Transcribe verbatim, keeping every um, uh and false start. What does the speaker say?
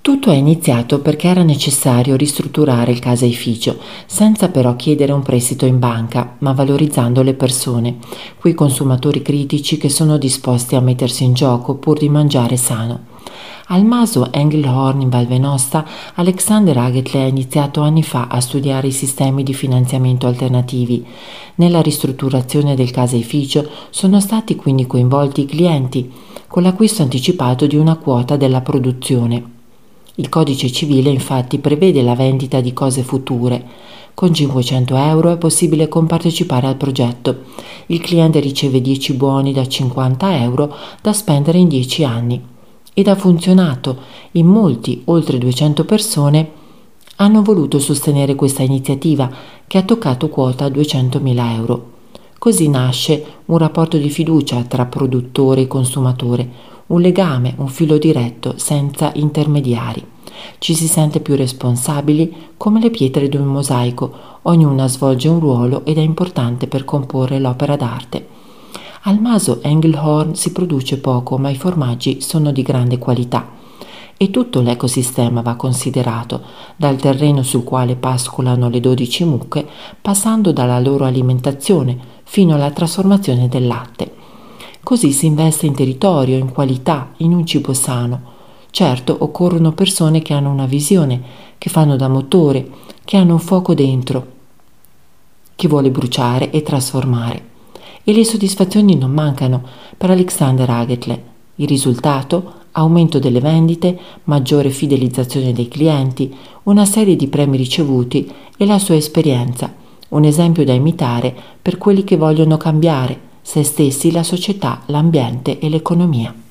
Tutto è iniziato perché era necessario ristrutturare il caseificio, senza però chiedere un prestito in banca, ma valorizzando le persone, quei consumatori critici che sono disposti a mettersi in gioco pur di mangiare sano. Al Maso Engelhorn in Val Venosta, Alexander Agetle ha iniziato anni fa a studiare i sistemi di finanziamento alternativi. Nella ristrutturazione del caseificio sono stati quindi coinvolti i clienti, con l'acquisto anticipato di una quota della produzione. Il codice civile infatti prevede la vendita di cose future. Con cinquecento euro è possibile compartecipare al progetto. Il cliente riceve dieci buoni da cinquanta euro da spendere in dieci anni. Ed ha funzionato. In molti, oltre duecento persone, hanno voluto sostenere questa iniziativa che ha toccato quota duecentomila euro. Così nasce un rapporto di fiducia tra produttore e consumatore, un legame, un filo diretto, senza intermediari. Ci si sente più responsabili come le pietre di un mosaico, ognuna svolge un ruolo ed è importante per comporre l'opera d'arte. Al Maso Engelhorn si produce poco, ma i formaggi sono di grande qualità. E tutto l'ecosistema va considerato, dal terreno sul quale pascolano le dodici mucche, passando dalla loro alimentazione fino alla trasformazione del latte. Così si investe in territorio, in qualità, in un cibo sano. Certo, occorrono persone che hanno una visione, che fanno da motore, che hanno un fuoco dentro, che vuole bruciare e trasformare. E le soddisfazioni non mancano per Alexander Agetle. Il risultato? Aumento delle vendite, maggiore fidelizzazione dei clienti, una serie di premi ricevuti e la sua esperienza, un esempio da imitare per quelli che vogliono cambiare se stessi, la società, l'ambiente e l'economia.